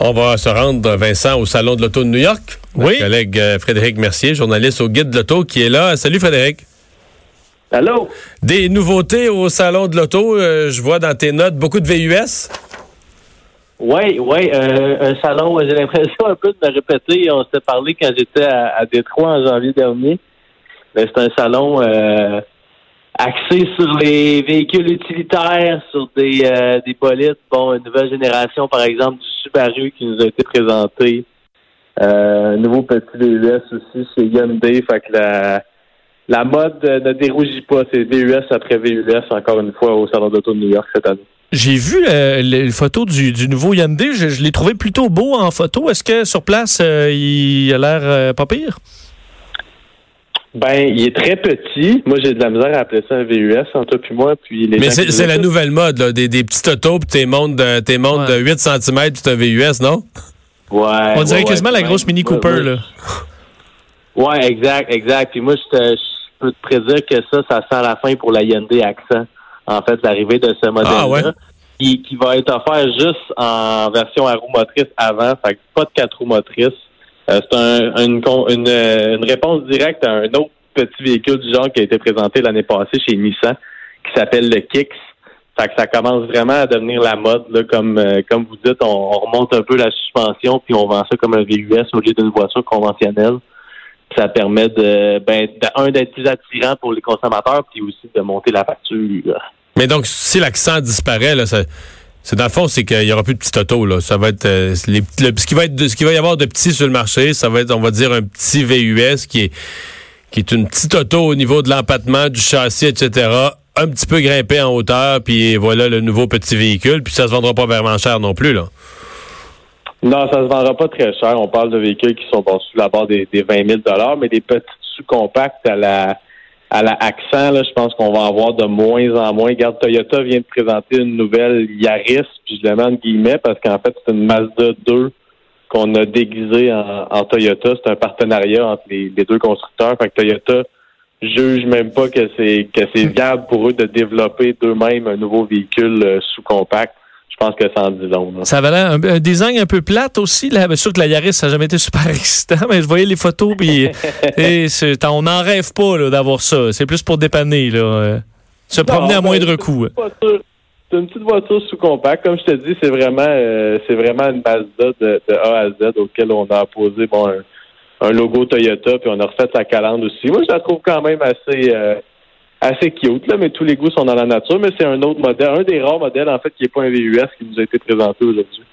On va se rendre, Vincent, au Salon de l'Auto de New York. Oui. Notre collègue Frédéric Mercier, journaliste au Guide de l'Auto, qui est là. Salut Frédéric. Allô? Des nouveautés au Salon de l'Auto. Je vois dans tes notes beaucoup de VUS. Oui, un salon, j'ai l'impression un peu de me répéter. On s'était parlé quand j'étais à Détroit en janvier dernier. Mais c'est un salon axé sur les véhicules utilitaires, sur des bolides. Bon, une nouvelle génération, par exemple, du Subaru qui nous a été présenté. Un nouveau petit VUS aussi chez Hyundai. Fait que la mode ne dérougit pas. C'est VUS après VUS, encore une fois, au Salon d'Auto de New York cette année. J'ai vu les photos du nouveau Hyundai. Je l'ai trouvé plutôt beau en photo. Est-ce que sur place, il a l'air pas pire? Ben, il est très petit. Moi, j'ai de la misère à appeler ça un VUS, entre toi puis moi. Puis Mais c'est la nouvelle mode, là, des petites autos, puis t'es montes de 8 cm, c'est un VUS, non? Ouais. On dirait quasiment la grosse Mini Cooper, là. Ouais, exact. Puis moi, je peux te prédire que ça sent la fin pour la Hyundai Accent. En fait, l'arrivée de ce modèle-là, qui va être offert juste en version à roues motrices avant, fait que pas de 4 roues motrices. C'est une réponse directe à un autre petit véhicule du genre qui a été présenté l'année passée chez Nissan, qui s'appelle le Kicks. Fait que ça commence vraiment à devenir la mode, là, comme vous dites, on remonte un peu la suspension, puis on vend ça comme un VUS au lieu d'une voiture conventionnelle. Ça permet d'être plus attirant pour les consommateurs, puis aussi de monter la facture. Mais donc, si l'accent disparaît, là, c'est dans le fond, c'est qu'il y aura plus de petites autos, là. Ça va être ce qui va y avoir de petit sur le marché, ça va être, on va dire, un petit VUS qui est une petite auto au niveau de l'empattement, du châssis, etc., un petit peu grimpé en hauteur, puis voilà le nouveau petit véhicule, puis ça se vendra pas vraiment cher non plus, là. Non, ça se vendra pas très cher. On parle de véhicules qui sont sous la barre des 20 000 $, mais des petites sous-compacts à la Accent, là, je pense qu'on va en voir de moins en moins. Regarde, Toyota vient de présenter une nouvelle Yaris, puis je le mets en guillemets parce qu'en fait, c'est une Mazda 2 qu'on a déguisée en Toyota. C'est un partenariat entre les deux constructeurs. Fait que Toyota juge même pas que c'est viable pour eux de développer d'eux-mêmes un nouveau véhicule sous-compact. Je pense que ça en dit long. Là. Ça avait l'air un design un peu plate aussi. Là. Bien sûr que la Yaris, ça n'a jamais été super excitant, mais je voyais les photos, puis on n'en rêve pas là, d'avoir ça. C'est plus pour dépanner, là. Se promener à moindre coût. C'est une petite voiture sous-compact. Comme je te dis, c'est vraiment une Mazda de A à Z auquel on a apposé un logo Toyota, puis on a refait sa calandre aussi. Moi, je la trouve quand même assez cute, là, mais tous les goûts sont dans la nature, mais c'est un autre modèle, un des rares modèles, en fait, qui n'est pas un VUS qui nous a été présenté aujourd'hui.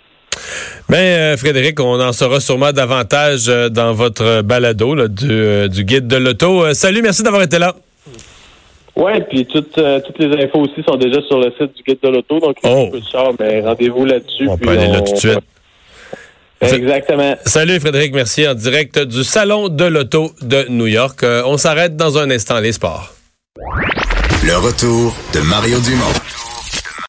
Bien, Frédéric, on en saura sûrement davantage dans votre balado là, du Guide de l'Auto. Salut, merci d'avoir été là. Oui, puis toutes les infos aussi sont déjà sur le site du Guide de l'Auto, donc il y a un peu de char, mais rendez-vous là-dessus. On peut aller là tout de suite. Exactement. Salut Frédéric Mercier, en direct du Salon de l'Auto de New York. On s'arrête dans un instant, les sports. Le retour de Mario Dumont.